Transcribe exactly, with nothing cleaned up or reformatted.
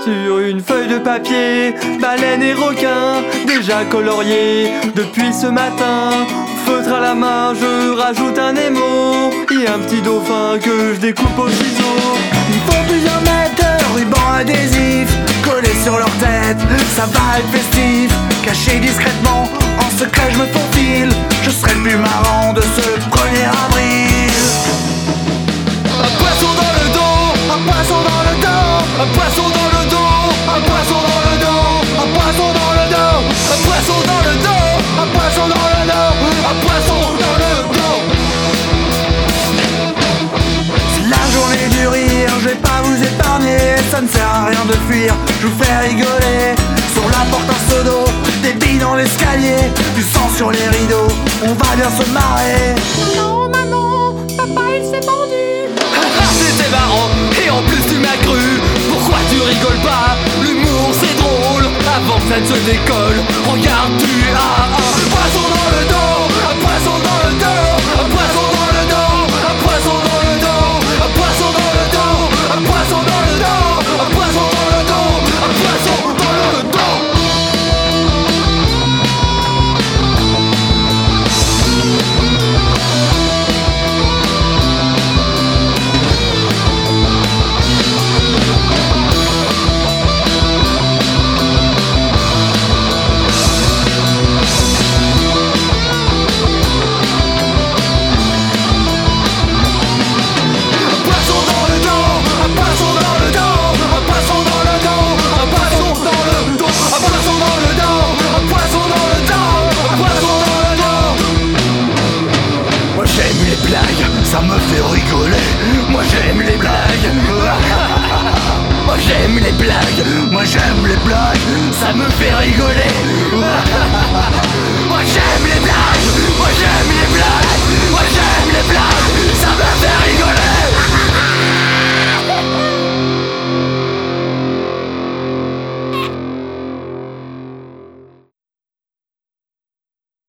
sur une feuille de papier, baleine et requin déjà coloriés depuis ce matin. Feutre à la main, je rajoute un émo et un petit dauphin que je découpe au ciseau. Il faut plusieurs mètres de ruban adhésif collés sur leur tête, ça va être festif. Caché discrètement, en secret je me faufile, je serai le plus marrant de ce premier avril. Un poisson dans le dos, Un poisson dans le dos, un poisson dans le dos, un poisson dans le dos, un poisson dans le dos, un poisson dans le dos, un poisson dans le dos, un poisson dans le dos. C'est la journée du rire, je vais pas vous épargner, ça ne sert à rien de fuir, je vous fais rigoler. Sur la porte un seau d'eau, des billes dans l'escalier, du sang sur les rideaux, on va bien se marrer. Non, maman, papa il s'est pendu. C'était marrant, et en plus tu m'as cru. Pourquoi tu rigoles pas? L'humour c'est drôle, avant que ça ne se décolle. Regarde, tu as un poisson dans le dos, un poisson dans le dos, un poisson dans le dos, un poisson dans le dos, un poisson dans le dos, un poisson dans le dos, un poisson dans le dos, un poisson dans le dos. Ça me fait rigoler, moi j'aime les blagues. Moi j'aime les blagues, moi j'aime les blagues, ça me fait rigoler.